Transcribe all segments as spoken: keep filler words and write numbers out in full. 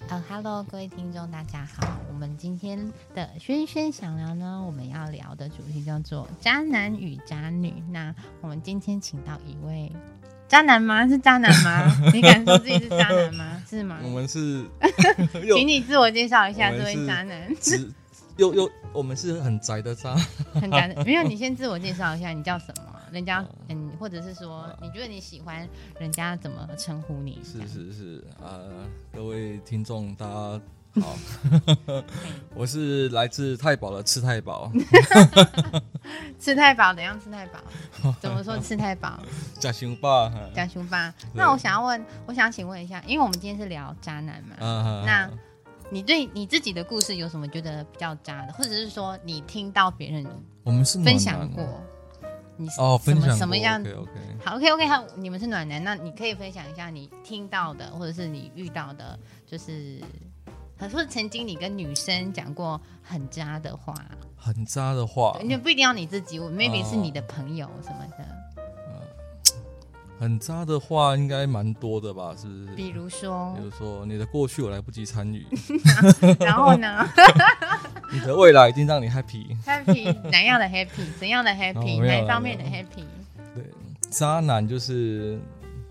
呃 ，Hello， 各位听众，大家好。我们今天的轩轩想聊呢，我们要聊的主题叫做渣男与渣女。那我们今天请到一位渣男吗？是渣男吗？你敢说自己是渣男吗？是吗？ 我们是， 请你自我介绍一下，这位渣男。 又又，我们是很宅的渣， 很宅的。没有，你先自我介绍一下，你叫什么？人家嗯，或者是说，你觉得你喜欢人家怎么称呼你？ 是是是，呃，各位听众大家好，我是来自太保的吃太保。 吃太饱怎样？吃太饱？怎么说吃太饱？ 假熊爸， 假熊爸。那我想要问，我想请问一下，因为我们今天是聊渣男嘛，啊、那你对你自己的故事有什么觉得比较渣的，或者是说你听到别人我们是分享过？你哦，分享什么样 ？OK OK， 好 OK OK， 好，你们是暖男，那你可以分享一下你听到的，或者是你遇到的，就是或者曾经你跟女生讲过很渣的话， 很渣的话， 你不一定要你自己 ，maybe 是你的朋友什么的。 很渣的话应该蛮多的吧，是不是？ 比如说， 比如说你的过去我来不及参与， 然后呢？ 你的未来一定让你 happy。 happy 哪样的 happy？ 怎样的 happy？、哦、哪一方面的 happy？ 对，渣男就是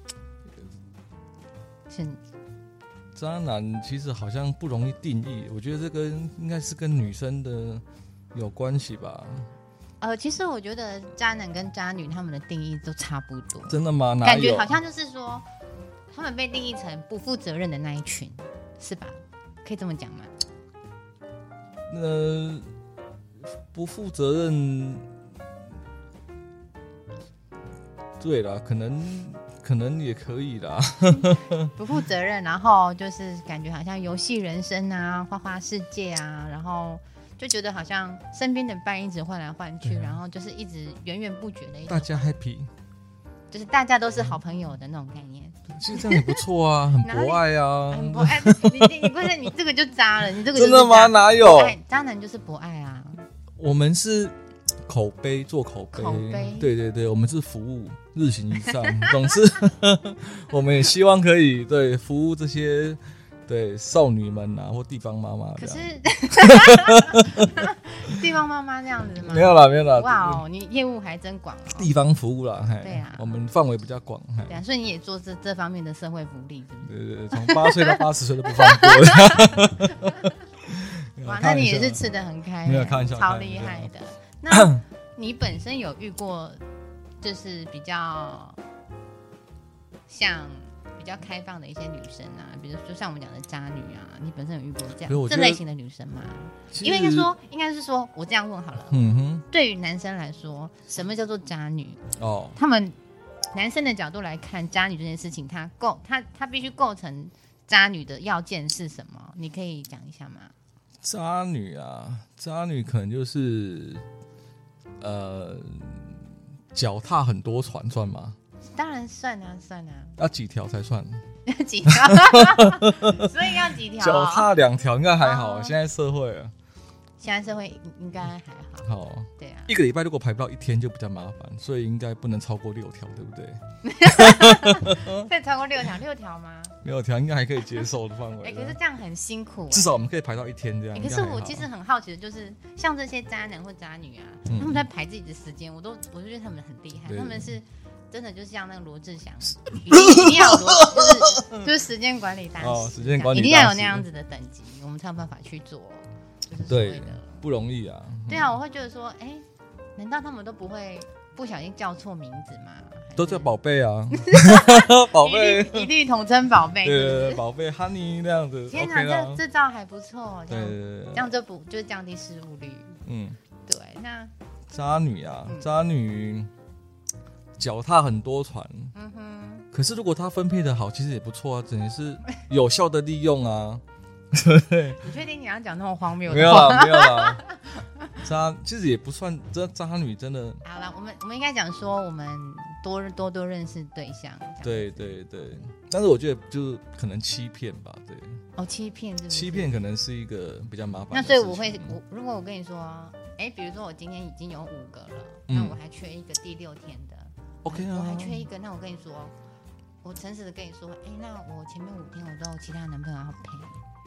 是渣男，其实好像不容易定义。我觉得这跟应该是跟女生的有关系吧。 呃，其实我觉得渣男跟渣女他们的定义都差不多。 真的吗？ 感觉好像就是说，他们被定义成不负责任的那一群，是吧？可以这么讲吗？ 呃，不负责任，对啦，可能可能也可以啦。 不负责任，然后就是感觉好像游戏人生啊、花花世界啊，然后就觉得好像身边的伴一直换来换去，然后就是一直源源不绝的一种， 大家 happy， 就是大家都是好朋友的那种概念。 其实这样也不错啊，很博爱啊， 很博爱。你你不是你这个就渣了，你这个真的吗？哪有？ 渣男就是博爱啊。 我们是口碑做口碑， 口碑， 对对对，我们是服务，日行一善，总之我们也希望可以对服务这些对少女们啊，或地方妈妈。 可是地方妈妈这样子吗？ 没有啦，没有啦。 哇哦，你业务还真广哦。 地方服务啦， 对啊， 我们范围比较广。 对啊，所以你也做这这方面的社会福利，是不是？ 对对对，从八岁到八十岁都不放过。 哇，那你也是吃得很开， 没有开玩笑， 超厉害的。那你本身有遇过，就是比较像比较开放的一些女生啊，比如说像我们讲的渣女啊，你本身有遇过这样这类型的女生吗？因为应该说，应该是说我这样问好了。嗯哼，对于男生来说，什么叫做渣女？哦，他们男生的角度来看，渣女这件事情，它构它它必须构成渣女的要件是什么？你可以讲一下吗？ 渣女啊，渣女可能就是呃，脚踏很多船算吗？ 当然算啊，算啊。 要几条才算？ 要几条？所以要几条？ 脚踏两条应该还好、哦。现在社会啊， 现在社会应该还好。 好， 对啊。 一个礼拜如果排不到一天就比较麻烦，所以应该不能超过六条，对不对？ 再超过六条，六条吗？ 六条应该还可以接受的范围。 哎、欸，可是这样很辛苦、欸。 至少我们可以排到一天这样。 欸、可是我其实很好奇的就是，像这些渣男或渣女啊，嗯、他们在排自己的时间，我都我就觉得他们很厉害，他们是真的就是像那个罗志祥，一定一定要有罗，就是就是时间管理大师， 哦，时间管理一定要有那样子的等级，我们才有办法去做，就是所谓的不容易啊。 对啊，我会觉得说，哎、欸，难道他们都不会不小心叫错名字吗？ 都叫宝贝啊，宝贝， 一律统称宝贝， 对对对，宝贝 ，Honey 那样子。 天哪， okay、 这这招还不错， 对对对， 这样就不就是降低失误率。嗯，对，那渣女啊，嗯、渣女脚踏很多船，嗯哼。可是如果她分配的好，其实也不错啊，等于是有效的利用啊。对， 你确定你要讲那么荒谬的？ 没有啦，没有啦。渣其实也不算，这渣女真的。 好了，我们我们应该讲说，我们多多多认识对象。 对对对，但是我觉得就是可能欺骗吧，对。 哦，欺骗是不是？ 欺骗可能是一个比较麻烦的那事情。 所以我会，我如果我跟你说，哎，比如说我今天已经有五个了，嗯、那我还缺一个第六天的 ，OK 啊， 我还缺一个，那我跟你说，我诚实的跟你说，哎，那我前面五天我都有其他男朋友要陪。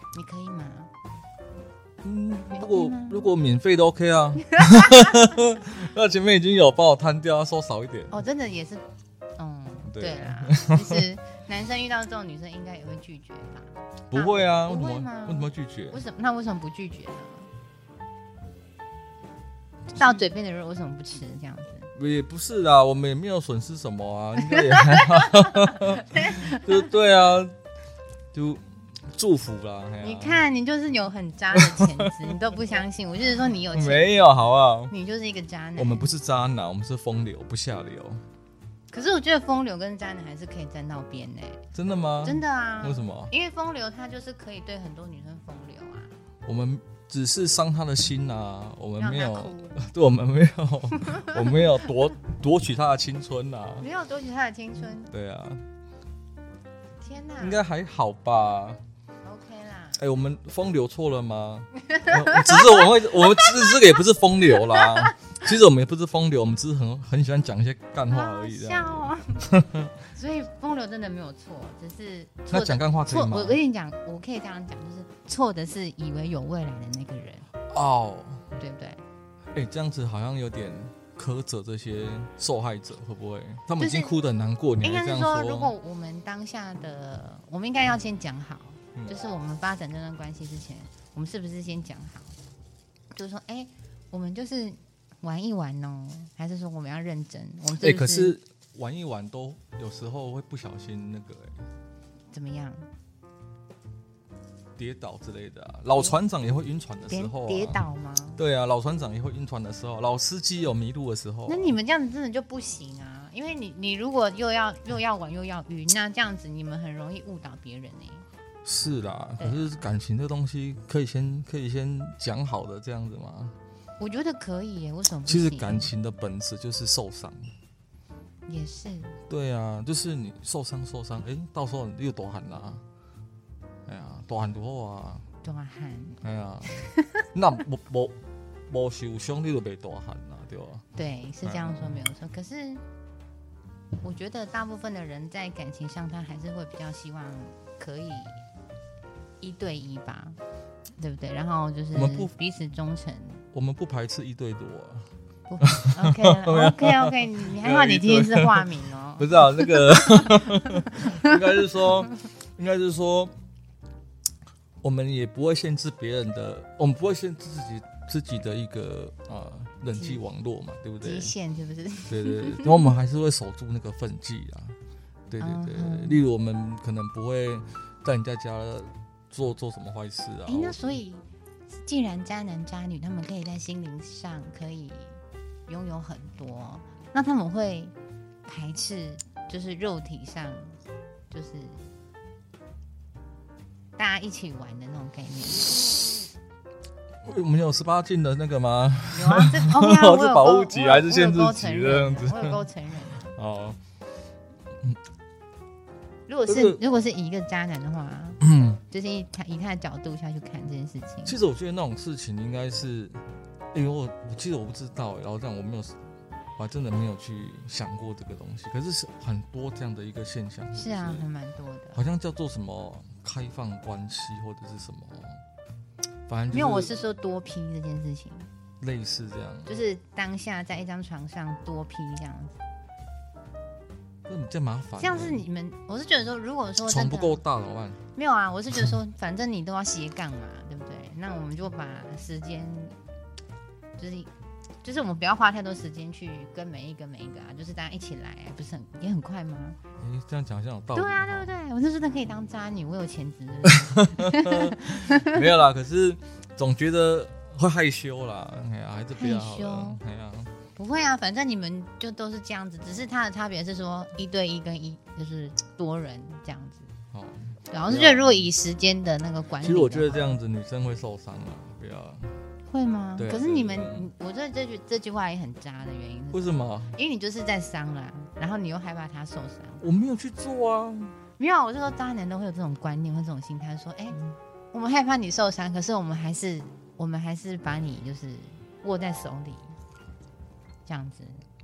你可以吗？ 嗯，如果如果免费都 OK 啊。那前面已经有帮我摊掉，收少一点。 哦，真的也是，嗯，对, 对啦。其实男生遇到这种女生应该也会拒绝吧？ 不会啊， 为什么为什么拒绝？ 为什么？那为什么不拒绝呢？到嘴边的人为什么不吃这样子？ 也不是啦，我们也没有损失什么啊，应该也还好。就对啊，就祝福啦。 你看，你就是有很渣的潜质，你都不相信。我就是说你有潜质， 没有好不好？ 你就是一个渣男。 我们不是渣男，我们是风流不下流。 可是我觉得风流跟渣男还是可以沾到边呢。 真的吗？ 真的啊。为什么？ 因为风流他就是可以对很多女生风流啊。 我们只是伤他的心啊，我们没有，对，我们没有，我没有夺夺取他的青春啊， 没有夺取他的青春。 对啊。 天哪， 应该还好吧 ？OK 啦。 哎、欸，我们风流错了吗？只是我们会，我们只是这个也不是风流啦。其实我们也不是风流，我们只是很很喜欢讲一些干话而已。 笑啊！所以风流真的没有错，只是那讲干话可以吗？ 我跟你讲，我可以这样讲，就是错的是以为有未来的那个人哦， 对不对？ 哎、欸，这样子好像有点苛责这些受害者，会不会？他们已经哭得很难过， 就是、 你还这样说？ 应该是说，如果我们当下的，我们应该要先讲好、嗯，就是我们发展这段关系之前，我们是不是先讲好？就是说，哎、欸，我们就是玩一玩哦，还是说我们要认真？我们是不是、 欸、可是玩一玩都有时候会不小心那个、欸， 怎么样？ 跌倒之类的、啊，老船长也会晕船的时候、啊、 跌倒吗？ 对啊，老船长也会晕船的时候，老司机有迷路的时候、啊。 那你们这样子真的就不行啊！因为你你如果又要又要玩又要晕，那这样子你们很容易误导别人呢、欸。 是啦，可是感情这东西可以先可以先讲好的这样子吗？ 我觉得可以耶，为什么不行？ 其实感情的本质就是受伤。 也是。对啊，就是你受伤受伤，哎，到时候你又大喊啦。哎呀，大喊就好啊！ 大喊。 哎呀，那无无无受伤，你就别大喊啦，对吧？ 对，是这样说没有错。可是我觉得大部分的人在感情上，他还是会比较希望可以一对一吧，对不对？然后就是彼此忠诚。 我们不排斥一对多、啊。 OK OK OK， 你还好，你今天是化名哦。 不是啊，那个应该是说，应该是说。我们也不会限制别人的，我们不会限制自己自己的一个呃人际网络嘛，对不对？ 极限是不是？ 对对对，然后我们还是会守住那个分际啊。对对对，嗯、例如我们可能不会在人家家做做什么坏事啊。 哎，那所以既然渣男渣女他们可以在心灵上可以拥有很多，那他们会排斥就是肉体上就是。大家一起玩的那种概念。 我们有十八禁的那个吗？ 有啊，这 OK 啊， 是保护级还是限制级这样子？ 我有够承认。 哦， 如果是、這個、如果是以一个渣男的话，嗯，就是以他以他的角度下去看这件事情。 其实我觉得那种事情应该是，因为我我记得我不知道，然后这样我没有，我还真的没有去想过这个东西。可是是很多这样的一个现象。 是啊，还蛮多的。 好像叫做什么？开放关系或者是什么，反正、就是、 没有，我是说多批这件事情， 类似这样， 就是当下在一张床上多批这样子， 那比较麻烦。 这样是你们，我是觉得说，如果说床不够大怎么办？ 没有啊，我是觉得说，反正你都要斜杠嘛，对不对？那我们就把时间，就是就是我们不要花太多时间去跟每一个每一个啊，就是大家一起来、啊，不是很也很快吗？ 哎、欸，这样讲好像有道理。 对啊，对不对？我是真的可以当渣女，我有钱值的。 没有啦，可是总觉得会害羞啦，哎呀，还是不要好了。哎呀， 不会啊，反正你们就都是这样子，只是它的差别是说一对一跟一就是多人这样子。哦，然后是觉得如果以时间的那个管理， 其实我觉得这样子女生会受伤啊，不要。 会吗？ 对啊、 可是你们，我觉得这句这句话也很渣的原因是为什么？ 因为你就是在伤啦，然后你又害怕他受伤。 我没有去做啊， 没有，我是说渣男都会有这种观念或这种心态，说，哎、欸嗯，我们害怕你受伤，可是我们还是我们还是把你就是握在手里，这样子。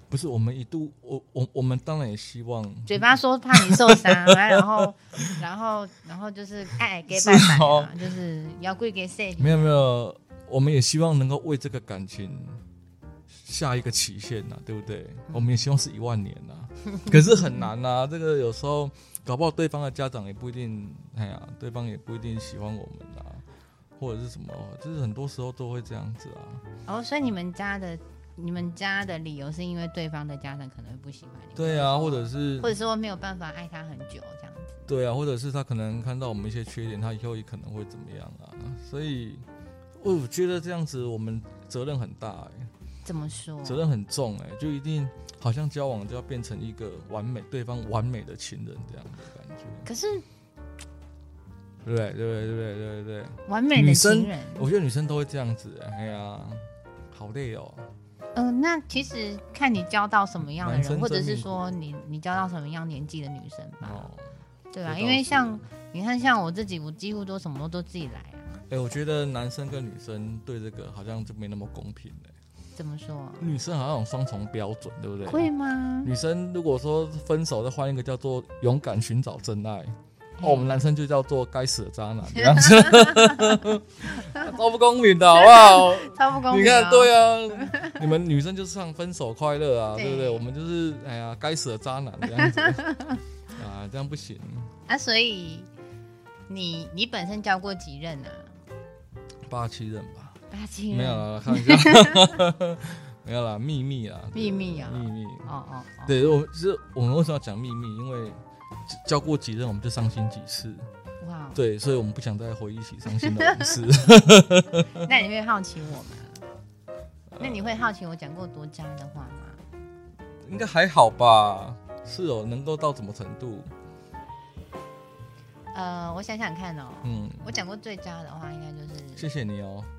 不是，我们一度，我我我们当然也希望， 嘴巴说怕你受伤，然后然后然后就是爱给拜拜啊，就是要跪给谁？ 没有没有，我们也希望能够为这个感情下一个期限呐、啊，对不对？嗯、我们也希望是一万年呐、啊，可是很难呐、啊。这个有时候搞不好对方的家长也不一定，哎呀，对方也不一定喜欢我们啊，或者是什么，就是很多时候都会这样子啊。 哦，所以你们家的。你们家的理由是因为对方的家长可能会不喜欢你， 对啊，或者是或者说没有办法爱他很久这样子， 对啊，或者是他可能看到我们一些缺点，他以后也可能会怎么样啊？所以我觉得这样子我们责任很大哎、欸， 怎么说？ 责任很重哎、欸，就一定好像交往就要变成一个完美对方完美的情人这样的感觉。 可是， 对对对对对对对， 完美的情人， 我觉得女生都会这样子哎、欸、呀、啊，好累哦。 嗯、呃，那其实看你交到什么样的人，或者是说你你交到什么样年纪的女生吧，哦、对啊，因为像你看，像我自己，我几乎都什么都自己来啊。 哎、欸，我觉得男生跟女生对这个好像就没那么公平哎、欸。 怎么说？ 女生好像有双重标准，对不对？ 会吗？女生如果说分手，再换一个叫做勇敢寻找真爱。哦，我们男生就叫做该死的渣男这样子，超不公平的好不好？ 超不公平、哦。 你看，对啊，你们女生就是唱分手快乐啊， 对, 对不对？我们就是哎呀，该死的渣男这样子啊，这样不行啊。所以你你本身交过几任啊？ 八七任吧。 八七任没有啦，开玩笑。没有啦，秘密啦， 秘密啊， 秘密。 哦哦哦， 对，我就是我们为什么要讲秘密？因为交过几任，我们就伤心几次。哇，对，所以我们不想再回忆起伤心的往事。 那你会好奇我吗？那你会好奇我讲过多渣的话吗？ 应该还好吧？是哦，能够到什么程度？ 呃，我想想看哦。嗯，我讲过最渣的话，应该就是谢谢你哦。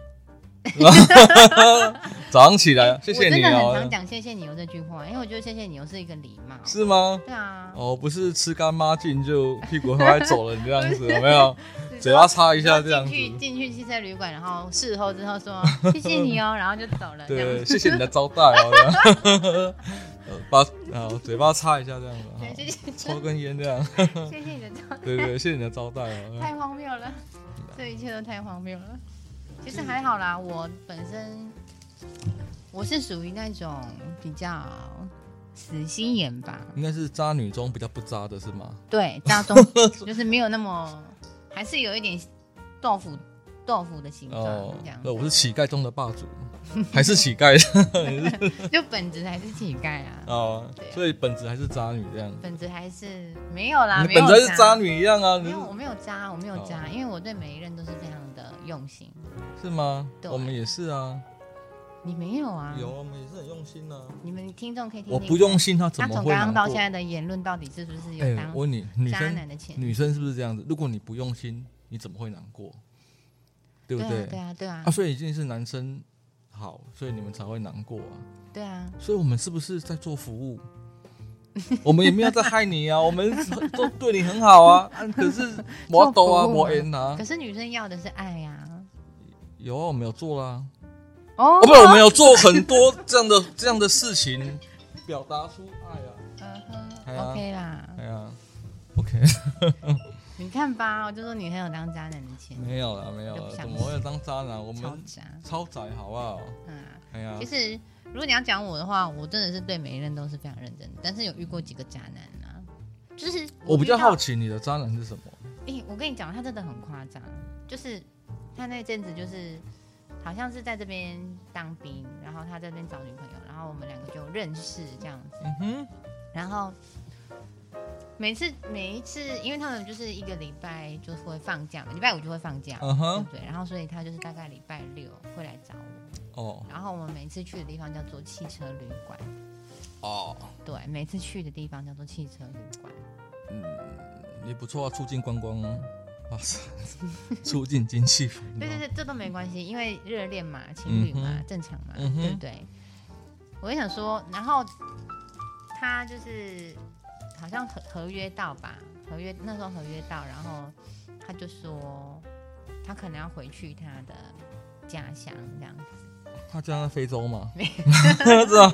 早上起来，谢谢你哦。 我真的很常讲谢谢你哦这句话，因为我觉得谢谢你哦是一个礼貌。 是吗？ 对啊。 哦，不是吃干抹净就屁股快走了，你这样子有没有？嘴巴擦一下这样子。 进去进去汽车旅馆，然后事后之后说谢谢你哦，然后就走了。 对，谢谢你的招待哦。把啊嘴巴擦一下这样子， 对，谢谢。 抽根烟这样。 谢谢你的招待。 对对，谢谢你的招待哦。 太荒谬了，这一切都太荒谬了。其实还好啦，我本身我是属于那种比较死心眼吧， 应该是渣女中比较不渣的是吗？ 对，渣中就是没有那么，还是有一点豆腐豆腐的形状、哦、这样。 对，我是乞丐中的霸主，还是乞丐？ 就本质还是乞丐啊。 哦，啊、所以本质还是渣女这样。 本质还是没有啦， 你本质还是渣女一样啊。 没有，我没有渣，我没有渣，哦、因为我对每一任都是非常的用心。 是吗？我们也是啊。 你没有啊？ 有啊，我们也是很用心啊。 你们听众可以听听。 我不用心，他怎么会？ 他从刚刚到现在的言论，到底是不是有当渣男的钱？ 女生是不是这样子？如果你不用心，你怎么会难过？对不对？ 对啊，对啊。 啊，所以一定是男生好，所以你们才会难过啊。 对啊。 所以我们是不是在做服务？我们也没有在害你啊，我们都对你很好啊。可是我抖啊，我演啊。 可是女生要的是爱呀、啊。 有啊，我们有做啦。 哦， 不，我们有做很多这样的这样的事情，表达出愛啊。 嗯哼 ，OK 啦。 哎呀 ，OK。 你看吧，我就说女生有当渣男的钱。 没有啦，没有啦，怎么会有当渣男？我们超宅， 超宅，好不好？嗯，哎呀， 其实如果你要讲我的话，我真的是对每一任都是非常认真的，但是有遇过几个渣男啊，就是我, 我比较好奇你的渣男是什么？ 哎、欸，我跟你讲，他真的很夸张，就是他那阵子就是好像是在这边当兵，然后他在这边找女朋友，然后我们两个就认识这样子，嗯哼，然后。每次每一次，因为他们就是一个礼拜就是会放假嘛，礼拜五就会放假， uh-huh. 对不对？然后所以他就是大概礼拜六会来找我。哦、oh. 然后我们每次去的地方叫做汽车旅馆。哦、oh. 对，每次去的地方叫做汽车旅馆。 嗯，也不错啊，促进观光哦。哇塞，促进经济。 对对对，这都没关系，因为热恋嘛，情侣嘛，嗯、正常嘛、嗯，对不对？我也想说，然后他就是。好像合合约到吧，合约那时候合约到，然后他就说他可能要回去他的家乡这样子。 他家在非洲吗？知道吗？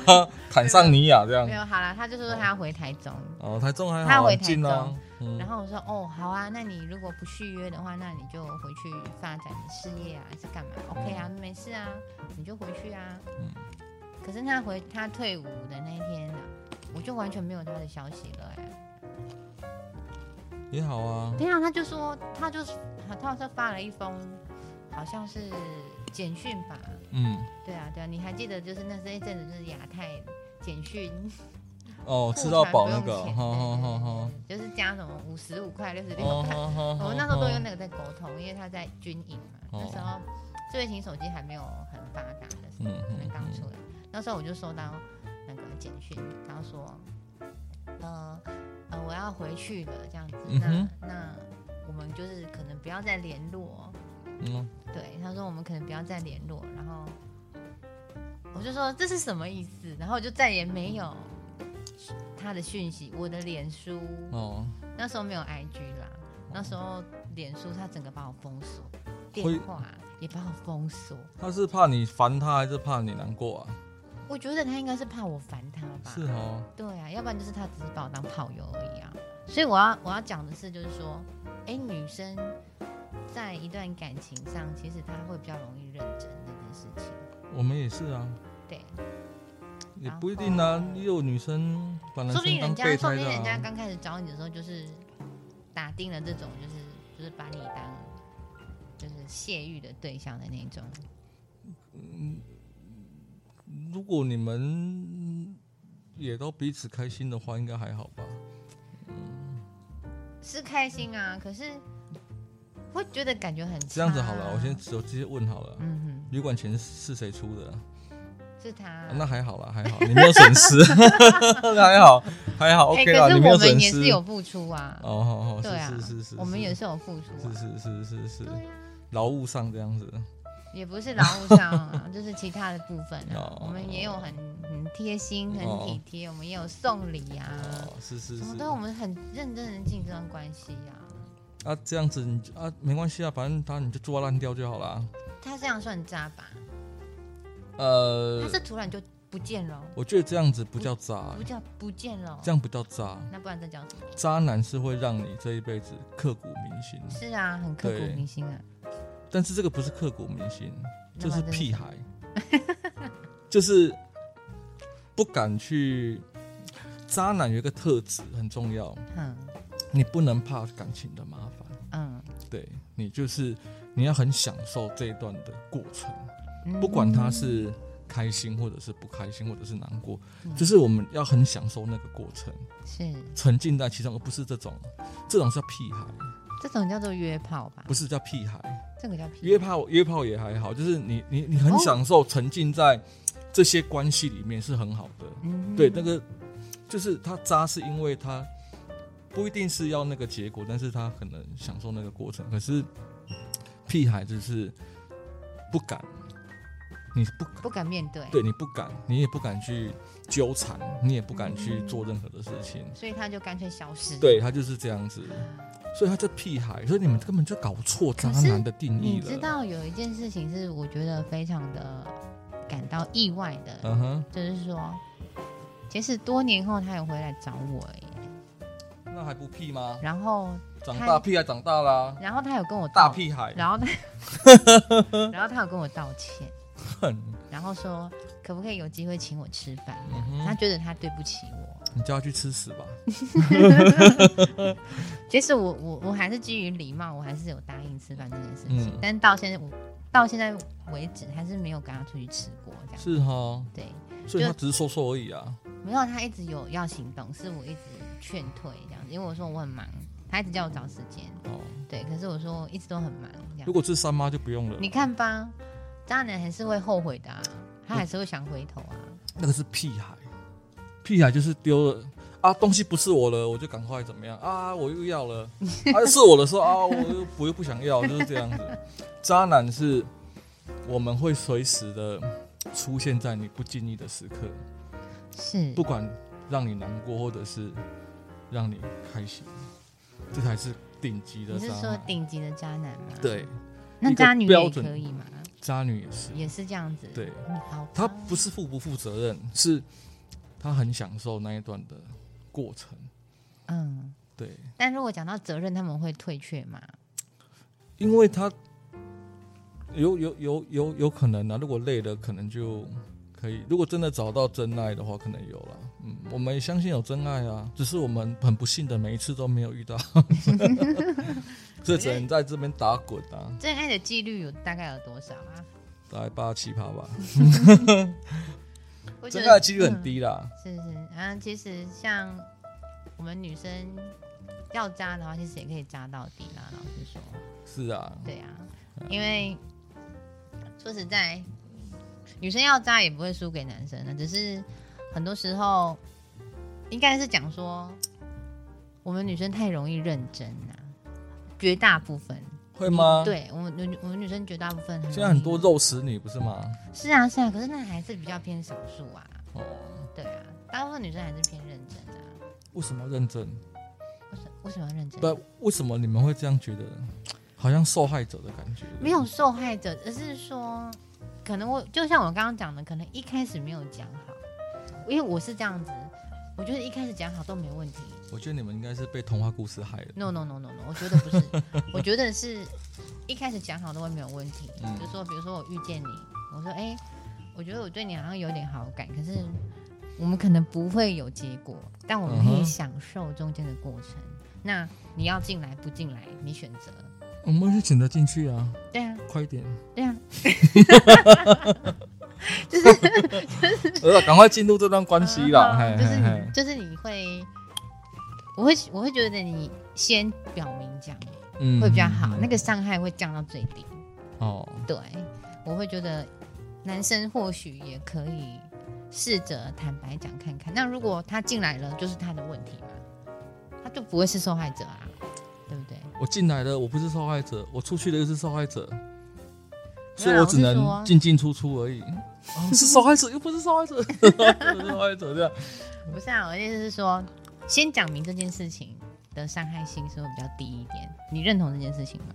坦桑尼亚这样。 没有，好了，他就说他要回台中。 哦，台中还好， 他回台中、 啊嗯。 然后我说哦，好啊，那你如果不续约的话，那你就回去发展你事业啊，还是干嘛、嗯、？OK 啊，没事啊，你就回去啊。嗯。可是他回他退伍的那一天啊，我就完全没有他的消息了、欸。 也好啊。 对啊，他就说，他就他好像发了一封，好像是简讯吧。嗯，对啊，对啊，你还记得就是那这一阵子就是亚太简讯。 哦，吃到饱那个， 好好好好，就是加什么五十五块、六十六块，我们那时候都用那个在沟通，因为他在军营嘛，哦、那时候智慧型手机还没有很发达的时候，还没刚出来，那时候我就收到那个简讯，然后说，呃。呃，我要回去了，这样子，嗯、那那我们就是可能不要再联络。嗯，对，他说我们可能不要再联络，然后我就说这是什么意思？然后我就再也没有他的讯息，我的脸书哦，那时候没有 I G 啦，那时候脸书他整个把我封锁，电话也把我封锁。 他是怕你烦他，还是怕你难过啊？ 我觉得他应该是怕我烦他吧。 是哦。 对啊，要不然就是他只是把我当炮友而已啊。所以我要我要讲的是，就是说，哎，女生在一段感情上，其实她会比较容易认真这件事情。 我们也是啊。 对。 也不一定啊，也有女生把男生当备胎的、啊。 说不定人家，说不定人家刚开始找你的时候，就是打定了这种，就是就是把你当就是泄欲的对象的那种。 嗯。如果你们也都彼此开心的话，应该还好吧？ 嗯，是开心啊，可是会觉得感觉很差、啊。 这样子好了，我先我直接问好了。嗯哼，旅馆钱是谁出的？ 是他、啊啊。那还好啦，还好，你没有损失，还好，还好 ，OK 啦、欸，你没有损失。 可是我们也是有付出啊。 哦，好好， 对啊， 是是是是， 我们也是有付出、啊。 是是是是是， 对啊， 劳务上这样子。 也不是劳务上、啊，就是其他的部分啊。哦、我们也有很很贴心、很体贴、哦，我们也有送礼啊， 哦、是是是， 什么都我们很认真的进这段关系啊。 啊，这样子你啊没关系啊，反正他你就做烂掉就好了。 他这样算渣吧？ 呃， 他是突然就不见了。 我觉得这样子不叫渣、 欸，不叫不见了， 这样不叫渣。 那不然这叫什么？ 渣男是会让你这一辈子刻骨铭心。 是啊，很刻骨铭心啊。 但是这个不是刻骨铭心，这是屁孩，就是不敢去。渣男有一个特质很重要，嗯，你不能怕感情的麻烦，嗯，对，你就是你要很享受这一段的过程，嗯、不管他是开心或者是不开心或者是难过，嗯、就是我们要很享受那个过程， 是沉浸在其中，而不是这种，这种叫屁孩。 这种叫做约炮吧？ 不是叫屁孩， 这个叫屁孩。 约炮，约炮也还好，就是你你你很享受沉浸在这些关系里面是很好的。嗯，对，那个就是他渣是因为他不一定是要那个结果，但是他可能享受那个过程。可是屁孩就是不敢，你不不敢面对， 对你不敢，你也不敢去纠缠，你也不敢去做任何的事情， 所以他就干脆消失。 对，他就是这样子。所以他叫屁孩，所以你们根本就搞错渣男的定义了。 你知道有一件事情是我觉得非常的感到意外的，嗯哼，就是说，其实多年后他有回来找我耶， 那还不屁吗？ 然后长大屁孩长大啦， 然后他有跟我道大屁孩， 然后他，然后他有跟我道歉，然后说可不可以有机会请我吃饭、嗯？他觉得他对不起我。 你叫他去吃屎吧。 其实我我我还是基于礼貌，我还是有答应吃饭这件事情，嗯、但到现在我到现在为止还是没有跟他出去吃过这样。 是哈， 对， 所以他只是说说而已啊。 没有，他一直有要行动，是我一直劝退这样子，因为我说我很忙，他一直叫我找时间。哦，对，可是我说一直都很忙这样。 如果是三妈就不用了。 你看吧，渣男还是会后悔的啊，他还是会想回头啊。 那个是屁孩。屁孩就是丢了啊，东西不是我了，我就赶快怎么样啊？我又要了，啊是我的时候啊，我又我又不想要，就是这样子。渣男是我们会随时的出现在你不经意的时刻， 是不管让你难过或者是让你开心，这才是顶级的渣男。 你是说顶级的渣男吗？ 对， 那渣女也可以吗？ 渣女也是， 也是这样子。 对，他不是负不负责任，是他很享受那一段的过程。 嗯， 对。 但如果讲到责任，他们会退却吗？ 因为他有有有有有可能啊，如果累了，可能就可以。如果真的找到真爱的话，可能有了。嗯，我们也相信有真爱啊，只是我们很不幸的每一次都没有遇到，所以只能在这边打滚啊。 真爱的几率有大概有多少啊？ 大概八七趴吧。真我觉得爱的几率很低啦。 嗯、是是，啊，其实像我们女生要渣的话，其实也可以渣到底啦。老实说， 是啊， 对啊，因为说实在，女生要渣也不会输给男生的，只是很多时候应该是讲说，我们女生太容易认真啦，绝大部分。 会吗？ 对，我们我们女生绝大部分很现在很多肉食女不是吗？ 是啊是啊，可是那还是比较偏少数啊。 哦， 对啊，大部分女生还是偏认真的、啊。 为什么认真？ 为什为什么要认真？ 不，为什么你们会这样觉得？好像受害者的感觉。 没有受害者，而是说，可能我就像我刚刚讲的，可能一开始没有讲好，因为我是这样子，我觉得一开始讲好都没问题。 我觉得你们应该是被童话故事害了。 No no no no no， 我觉得不是，我觉得是一开始讲好都会没有问题。嗯、就是说，比如说我遇见你，我说，哎、欸，我觉得我对你好像有点好感，可是我们可能不会有结果，但我们可以享受中间的过程。嗯、那你要进来不进来，你选择。 我们是选择进去啊。 对啊， 快一点。 对啊。就是就是， 赶快进入这段关系啦。 嗯、就是你，就是你会。我会我会觉得你先表明讲，嗯，会比较好，嗯、那个伤害会降到最低。哦，对，我会觉得男生或许也可以试着坦白讲看看。那如果他进来了，就是他的问题嘛，他就不会是受害者啊，对不对？ 我进来了，我不是受害者；我出去了又是受害者，所以我只能进进出出而已。哦、是受害者又不是受害者，不是受害者这样。 不是啊，我的意思是说。先讲明这件事情的伤害性是会比较低一点，你认同这件事情吗？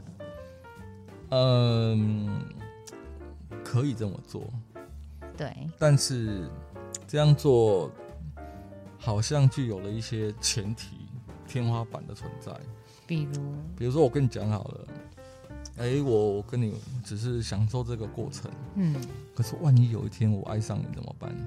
嗯，可以这么做， 对， 但是这样做好像具有了一些前提、天花板的存在。 比如， 比如说我跟你讲好了，哎、欸，我我跟你只是享受这个过程，嗯，可是万一有一天我爱上你怎么办？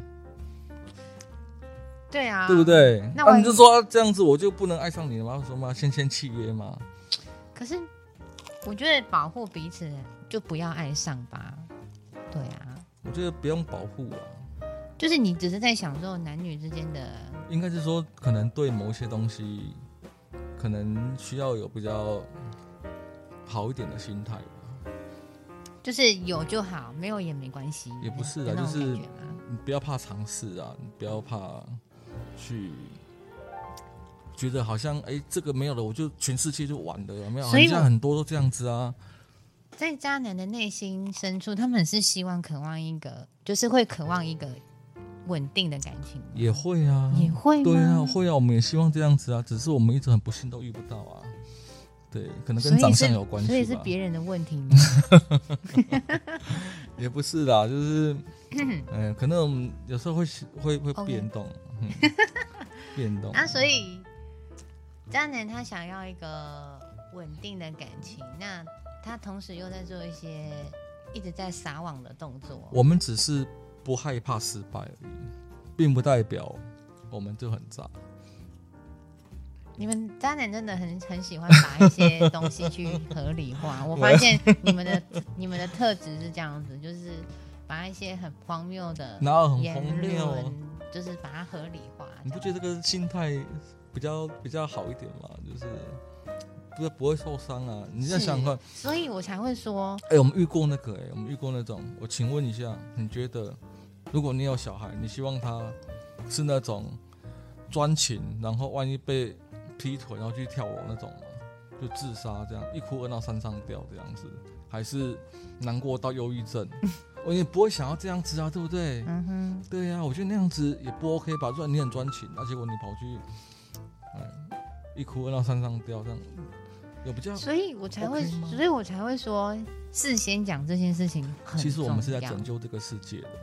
对啊， 对不对？那、啊、你就说、啊、这样子我就不能爱上你了吗？说吗？先签契约吗？ 可是我觉得保护彼此就不要爱上吧。对啊， 我觉得不用保护啊， 就是你只是在享受男女之间的， 应该是说可能对某些东西可能需要有比较好一点的心态吧。 就是有就好，没有也没关系。 也不是啊，就是你不要怕尝试啊，你不要怕去觉得好像哎、欸，这个没有了，我就全世界就完了，有没有？所以现在很多都这样子啊。 在渣男的内心深处，他们是希望、渴望一个，就是会渴望一个稳定的感情。 也会啊， 也会吗？ 对啊，会啊，我们也希望这样子啊，只是我们一直很不幸都遇不到啊。对，可能跟长相有关系吧。 所以是别人的问题吗？ 也不是啦，就是，嗯，可能我们有时候会会会变动， okay. 嗯、变动。 那、啊、所以，渣男他想要一个稳定的感情，那他同时又在做一些一直在撒网的动作。 我们只是不害怕失败而已，并不代表我们就很渣。 你们渣男真的很很喜欢把一些东西去合理化。我发现你们的你们的特质是这样子，就是把一些很荒谬的言论，就是把它合理化。 你不觉得这个心态比较比较好一点吗？就是不不会受伤啊。你在想看， 所以我才会说， 哎、欸，我们遇过那个、欸，哎，我们遇过那种。我请问一下，你觉得如果你有小孩，你希望他是那种专情，然后万一被劈腿然后去跳楼那种嘛，就自杀这样，一哭二闹三上吊这样子，还是难过到忧郁症？我也不会想要这样子啊，对不对？嗯哼，对啊，我觉得那样子也不 OK 吧。虽然你很专情，而且果你跑去，哎，一哭二闹三上吊这样，有比较， 所以我才会， OK 所以我才会说，事先讲这件事情很重要。 其实我们是在拯救这个世界的。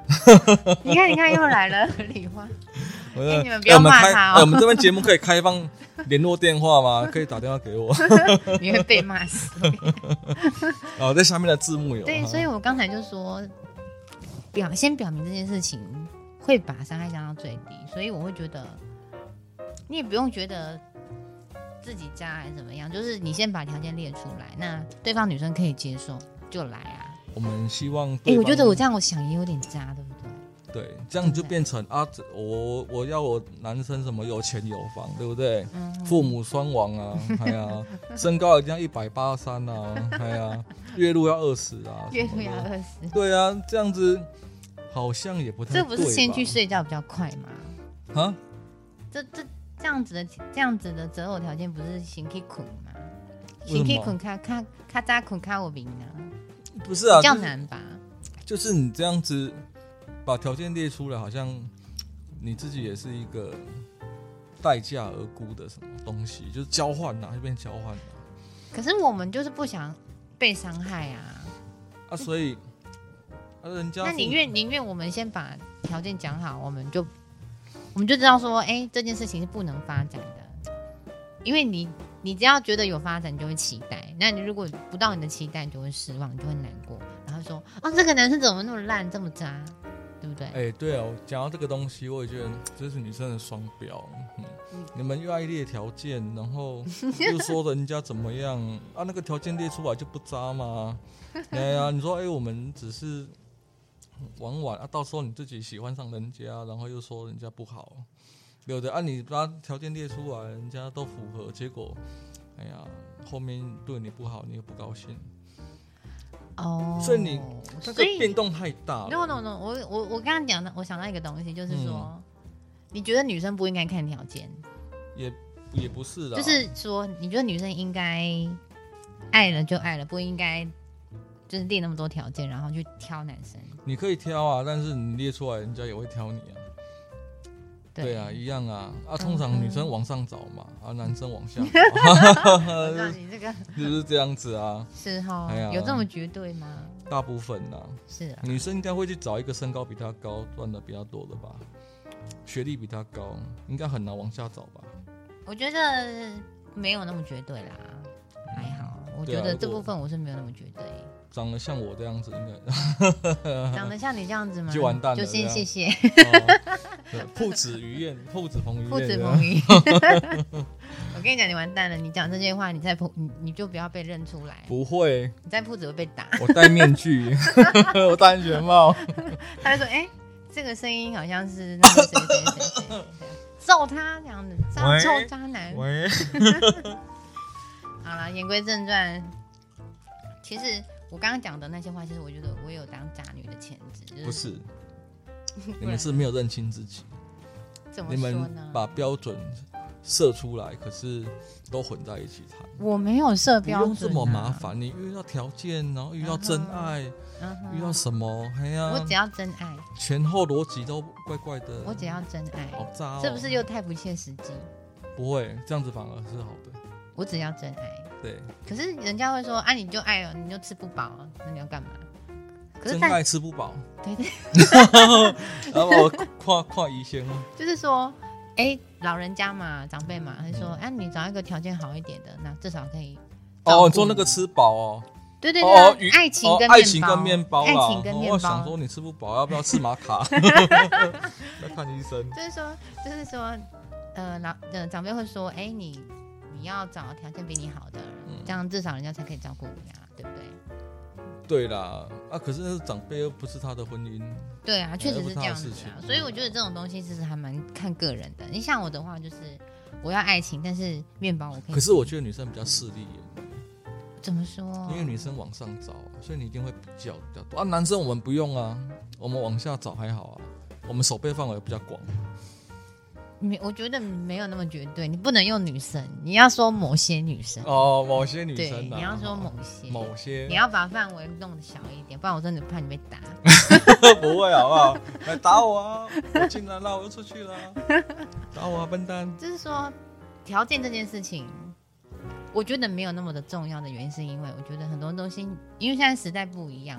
你看，你看，又来了礼花。哎、欸，你们不要骂他哦、 欸。我们这边节目可以开放联络电话吗？可以打电话给我。 你会被骂死。 哦，在下面的字幕有。 对，所以我刚才就说，表先表明这件事情会把伤害降到最低，所以我会觉得，你也不用觉得自己渣还是怎么样，就是你先把条件列出来，那对方女生可以接受就来啊。 我们希望， 哎、欸，我觉得我这样我想也有点渣，对不对？ 对，这样就变成啊，我我要我男生什么有钱有房，对不对？嗯、父母双亡啊，哎呀，身高一定要一百八三啊，哎呀，月入要二十啊， 月入要二十， 对啊，这样子好像也不太对吧。 这不是先去睡觉比较快吗？ 啊， 这这这样子的这样子的择偶条件不是先去捆吗？先去捆卡卡卡扎捆卡我名呢？ 不是啊， 比较难吧？ 就是、就是你这样子。把条件列出来，好像你自己也是一个待价而沽的什么东西，就是交换呐，就变交换了。 可是我们就是不想被伤害啊！ 啊，所以啊，人家那宁愿宁愿我们先把条件讲好，我们就我们就知道说，哎、欸，这件事情是不能发展的，因为你你只要觉得有发展，你就会期待；那你如果不到你的期待，你就会失望，你就会难过，然后说，哦，这个男生怎么那么烂，这么渣？对不对？ 哎、欸，对啊，讲到这个东西，我也觉得这是女生的双标、嗯嗯。你们又爱列条件，然后又说人家怎么样啊？那个条件列出来就不渣吗？哎呀、啊，你说哎、欸，我们只是玩玩啊，到时候你自己喜欢上人家，然后又说人家不好，对不对？啊，你把条件列出来，人家都符合，结果哎呀，后面对你不好，你又不高兴。 哦、oh, 所以你那个变动太大了。 No no no， 我我我刚刚讲的，我想到一个东西，就是说，嗯、你觉得女生不应该看条件， 也也不是啦， 就是说，你觉得女生应该爱了就爱了，不应该就是列那么多条件，然后去挑男生。 你可以挑啊，但是你列出来，人家也会挑你啊。对, 对啊，一样啊啊！通常女生往上找嘛，嗯、啊，男生往下找。 我知道你这个就是这样子啊。 是哈、 哎， 有这么绝对吗？ 大部分啊， 是啊。 女生应该会去找一个身高比她高、赚的比较多的吧，学历比她高，应该很难往下找吧。 我觉得没有那么绝对啦，还好。我觉得这部分我是没有那么绝对。 长得像我这样子，应该长得像你这样子吗？ 就完蛋了， 就先谢谢。 父子鱼宴，父子彭于晏， 父子彭于晏。我跟你讲，你完蛋了！你讲这些话，你再铺，你你就不要被认出来。 不会， 你在铺子会被打。 我戴面具，我戴安全帽。 他就说：“哎、欸，这个声音好像是那个谁谁谁谁，揍他这样子，渣臭渣男。” 喂。 好了，言归正传，其实。我刚刚讲的那些话，其实我觉得我有当渣女的潜质、就是。 不是，你们是没有认清自己。 怎么说呢？ 你们把标准设出来，可是都混在一起谈。 我没有设标准、啊， 不用这么麻烦。你遇到条件，然后遇到真爱， uh-huh, 遇到什么？哎呀， 我只要真爱， 前后逻辑都怪怪的。 我只要真爱， 好渣哦！ 这不是又太不切实际？ 不会，这样子反而是好的。 我只要真爱。 对， 可是人家会说啊，你就爱了，你就吃不饱，那你要干嘛？可是真爱吃不饱。 对对。 然后我跨跨一线哦。 就是说，哎、欸，老人家嘛，长辈嘛，会说，哎、嗯啊，你找一个条件好一点的，那至少可以。 哦，你说那个吃饱哦。 对对对、啊哦，爱情跟面包， 哦、爱情跟面包， 爱情跟面包。 我想说你吃不饱，要不要吃玛卡？要看医生。 就是说，就是说，呃，老呃长辈会说，哎、欸，你。你要找条件比你好的人、嗯，这样至少人家才可以照顾你啊，对不对？ 对啦，啊，可是那是长辈，又不是他的婚姻。 对啊，确实是这样子啊。所以我觉得这种东西其实还蛮看个人的。你像我的话，就是我要爱情，但是面包我可以。 可是我觉得女生比较势利眼。 怎么说？ 因为女生往上找，所以你一定会比较比较多啊。男生我们不用啊，我们往下找还好啊，我们手背范围比较广。 没，我觉得没有那么绝对，你不能用女生，你要说某些女生哦，某些女生、啊， 对，你要说某些， 某些， 你要把范围弄得小一点，不然我真的怕你被打。 不会好不好？来打我啊！我进来了，我又出去了，打我啊，笨蛋！ 就是说，条件这件事情，我觉得没有那么的重要的原因，是因为我觉得很多东西，因为现在时代不一样嘛。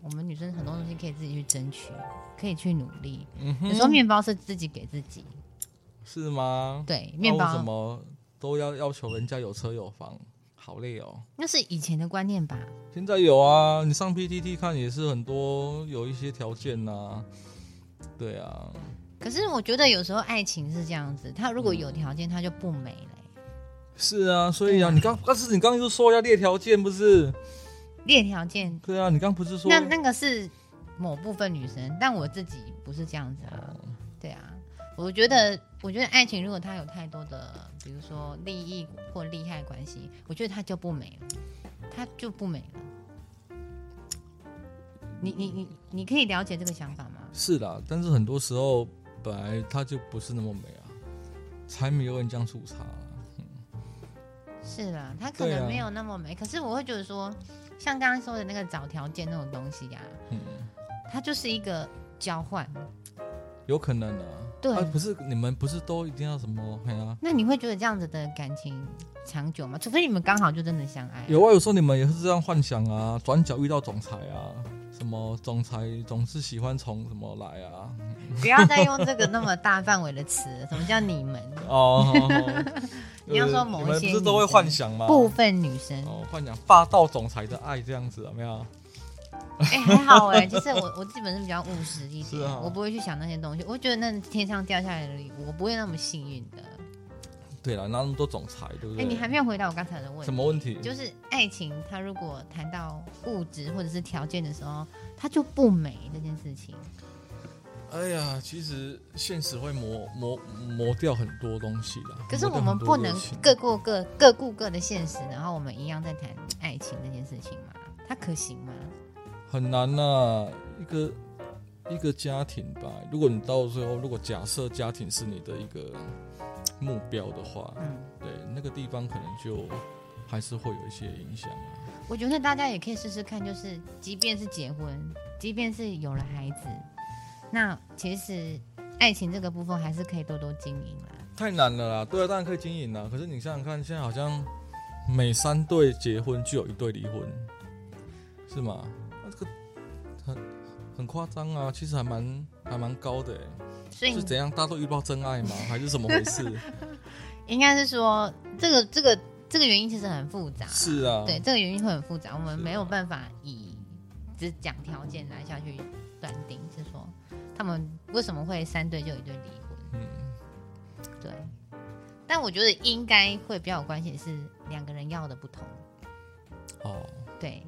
我们女生很多东西可以自己去争取，可以去努力。 嗯哼， 有时候面包是自己给自己， 是吗？ 对，面包、 啊、为什么都要要求人家有车有房？好累哦。 那是以前的观念吧？ 现在有啊，你上 P T T 看也是很多有一些条件呐、啊。对啊。 可是我觉得有时候爱情是这样子，他如果有条件，他就不美了、欸。 是啊，所以啊，你刚但是你刚刚就说要列条件，不是？ 列条件。 对啊，你刚不是说那那个是某部分女生，但我自己不是这样子啊。哦、对啊，我觉得，我觉得爱情如果它有太多的，比如说利益或利害关系，我觉得它就不美了，它就不美了。你你你你可以了解这个想法吗？ 是啦，但是很多时候本来它就不是那么美啊，柴米油盐酱醋茶。 是啦，他可能没有那么美，啊、可是我会觉得说，像刚刚说的那个找条件那种东西呀、啊，嗯，它就是一个交换， 有可能啊， 对， 啊、不是你们不是都一定要什么？啊、 那你会觉得这样子的感情长久吗？除非你们刚好就真的相爱、啊。 有啊，有时候你们也是这样幻想啊，转角遇到总裁啊，什么总裁总是喜欢从什么来啊？ 不要再用这个那么大范围的词，什么叫你们？哦。你要说某一些， 你们不是都会幻想吗？ 部分女生哦，幻想霸道总裁的爱这样子，有没有？ 哎、欸，还好哎、欸。其实我我基本是比较务实一点， 啊、 我不会去想那些东西。我觉得那天上掉下来的礼物，我不会那么幸运的。 对了，拿那么多总裁，对不对？ 哎、欸，你还没有回答我刚才的问题。 什么问题？ 就是爱情，它如果谈到物质或者是条件的时候，它就不美这件事情。 哎呀，其实现实会磨磨磨掉很多东西啦。 可是我们不能各过各各顾各的现实，然后我们一样在谈爱情这件事情嘛？它可行吗？ 很难啊，一个一个家庭吧。如果你到最后，如果假设家庭是你的一个目标的话，嗯，对，那个地方可能就还是会有一些影响啊。 我觉得大家也可以试试看，就是即便是结婚，即便是有了孩子。那其实爱情这个部分还是可以多多经营啦。 太难了啦，对啊，当然可以经营啦。可是你想想看，现在好像每三对结婚就有一对离婚，是吗？那这个很很夸张啊，其实还蛮还蛮高的哎。所以是怎样？大家都遇到真爱吗？还是怎么回事？ 应该是说这个这个这个原因其实很复杂。 是啊， 对，这个原因会很复杂，我们没有办法以只讲条件来下去断定，是说。他们为什么会三对就有一对离婚？嗯，对。但我觉得应该会比较有关系的是两个人要的不同。 哦， 对。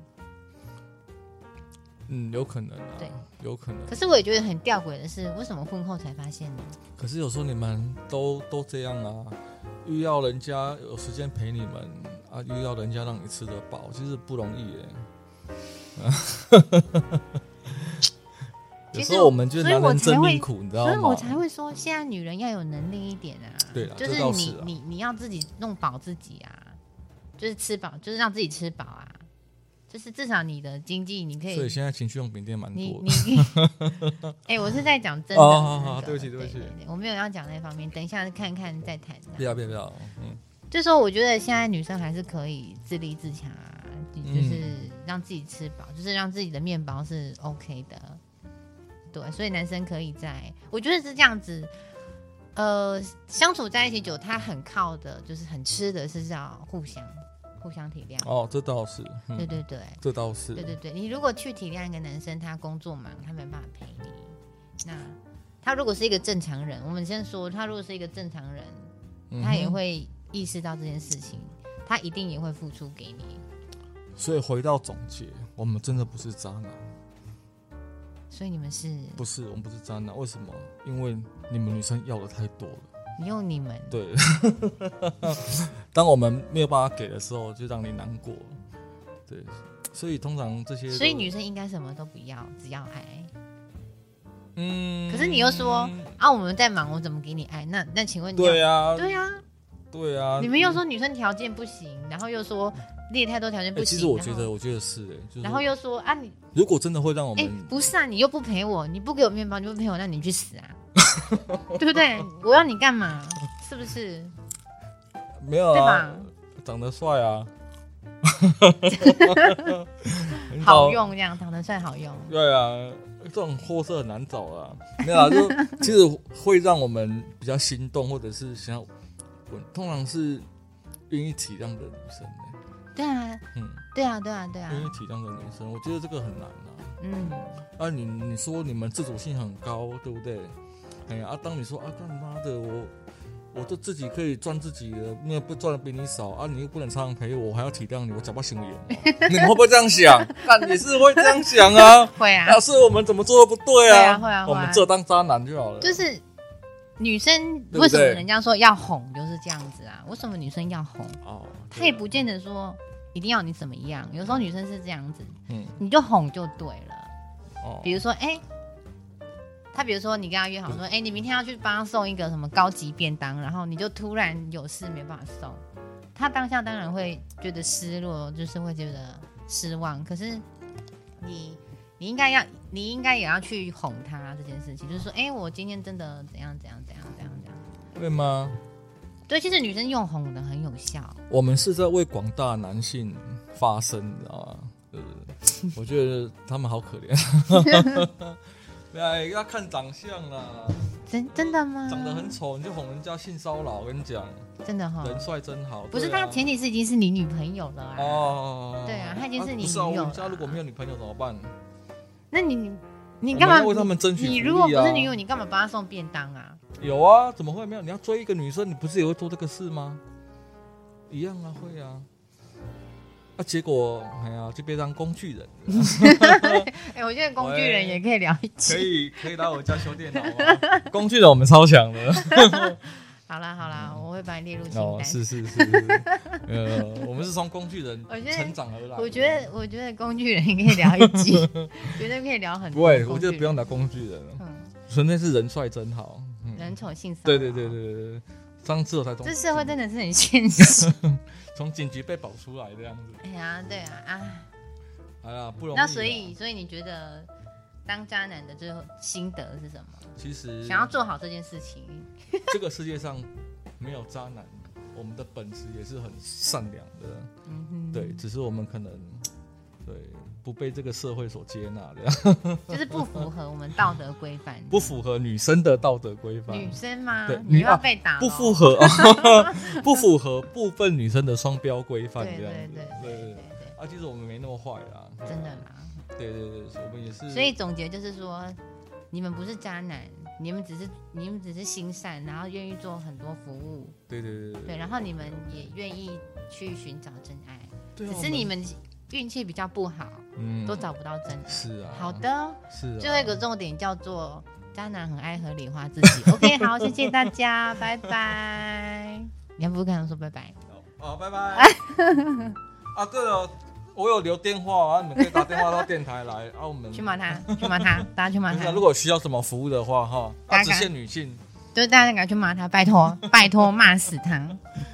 嗯，有可能啊， 对， 有可能。 可是我也觉得很吊诡的是，为什么婚后才发现呢？ 可是有时候你们都都这样啊，又要人家有时间陪你们啊，又要人家让你吃得饱，其实不容易耶。有时候我们就男人真命苦，你知道吗？ 所以我才会说，现在女人要有能力一点啊。 对啦， 就是你是、啊、 你你要自己弄饱自己啊，就是吃饱，就是让自己吃饱啊，就是至少你的经济你可以。 所以现在情趣用品店蛮多的。 你你，哎、欸，我是在讲真的。 哦，好好，对不起对不起， 对对对，我没有要讲那方面，等一下看看再谈。 不要不要不要，嗯。 就说我觉得现在女生还是可以自立自强啊，就是让自己吃饱，就是让自己的面包是 OK 的。对，所以男生可以在，我觉得是这样子，呃，相处在一起久，他很靠的，就是很吃的是要互相互相体谅。 哦，这倒是，嗯、 对对对， 这倒是， 对对对。你如果去体谅一个男生，他工作忙，他没办法陪你，那他如果是一个正常人，我们先说，他如果是一个正常人，嗯、他也会意识到这件事情，他一定也会付出给你。 所以回到总结，我们真的不是渣男。 所以你们是？ 不是，我们不是渣男。为什么？因为你们女生要的太多了。 你用你们？ 对。当我们没有办法给的时候，就让你难过。对，所以通常这些， 所以女生应该什么都不要，只要爱。 嗯。 可是你又说啊，我们在忙，我怎么给你爱？那那请问你？ 对啊， 对啊， 对啊。 你们又说女生条件不行，然后又说。列太多条件不行、 欸，其实我觉得，我觉得是哎、欸就是， 然后又说啊，你如果真的会让我们，哎、 欸，不是啊，你又不陪我，你不给我面包，你不陪我，那你去死啊，对不对？我要你干嘛？是不是？ 没有啊， 对吧？ 长得帅啊， 好用这样，长得帅好用。 对啊，这种货色很难找啊。没有啊，就其实会让我们比较心动，或者是想要，通常是愿意体谅的女生、欸。 对啊，嗯，对啊，对啊，对啊， 愿意体谅的女生，我觉得这个很难啊。 嗯， 啊你，你你说你们自主性很高，对不对？哎呀，啊，当你说啊，干妈的，我我都自己可以赚自己的，没有不赚的比你少啊，你又不能常常陪我，我还要体谅你，我假不行眼。你们会不会这样想？干也是会这样想啊。 会啊。 要是我们怎么做都不对啊。 会啊，会啊， 我们这当渣男就好了。 就是女生为什么人家说要哄就是这样子啊？为什么女生要哄？哦，她也不见得说一定要你怎么样，有时候女生是这样子，嗯，你就哄就对了。哦，比如说，哎、欸，他比如说你跟他约好说，哎、欸，你明天要去帮他送一个什么高级便当，然后你就突然有事没办法送，他当下当然会觉得失落，就是会觉得失望。可是你你应该要，你应该也要去哄他这件事情，就是说，哎、欸，我今天真的怎样怎样怎样怎样怎样， 对吗？ 对，其实女生用哄的很有效。 我们是在为广大男性发声，你知道吗？呃，我觉得他们好可怜。对，要看长相啦。 真真的吗？ 长得很丑你就哄人家性骚扰，我跟你讲， 真的哈、哦， 人帅真好。 不是他前提是已经是你女朋友了啊。哦，对啊，他已经是你女友了、啊。不是啊，我们家如果没有女朋友怎么办？ 那你你你干嘛为他们争取福利啊？ 你如果不是女友，你干嘛帮他送便当啊？ 有啊，怎么会没有？你要追一个女生，你不是也会做这个事吗？一样啊，会啊。啊，结果哎呀，就被当工具人。 哎、欸，我觉得工具人也可以聊一集。 可以，可以来我家修电脑吗？工具人我们超强的。 好啦好啦，我会把你列入清单。 哦，是是是是。呃，我们是从工具人成长而来。 我觉得，我觉得工具人也可以聊一集，绝对可以聊很多。 不会，我觉得不用聊工具人了，嗯、纯粹是人帅真好， 嗯、人丑性骚扰。 对对对对对。这样之后才懂， 这社会真的是很现实。 从警局被保出来这样子。 哎呀，对啊，啊， 哎呀，不容易。 那所以，所以你觉得当渣男的最后心得是什么？ 其实想要做好这件事情。 这个世界上没有渣男，我们的本质也是很善良的。嗯哼，对，只是我们可能对不被这个社会所接纳的， 就是不符合我们道德规范， 不符合女生的道德规范。 女生吗？ 对， 你要被打、啊， 不符合，不符合部分女生的双标规范这样子。对对对对对。啊，其实我们没那么坏啦， 真的啦。 对对对，我们也是。 所以总结就是说，你们不是渣男，你们只是你们只是心善，然后愿意做很多服务。 对对对 对, 对，然后你们也愿意去寻找真爱， 对、啊， 只是你们运气比较不好，嗯，都找不到真爱。 是啊。 好的。 是啊。 最后一个重点叫做渣男很爱合理化自己。OK， 好，谢谢大家，拜拜。你要不跟他说拜拜？ 哦，拜拜。啊，对了。我有留电话啊，你们可以打电话到电台来啊，我们去骂他，去骂他，大家去骂他。 如果需要什么服务的话，哈，啊，只限女性， 就是大家赶快去骂他，拜托，拜托，骂死他。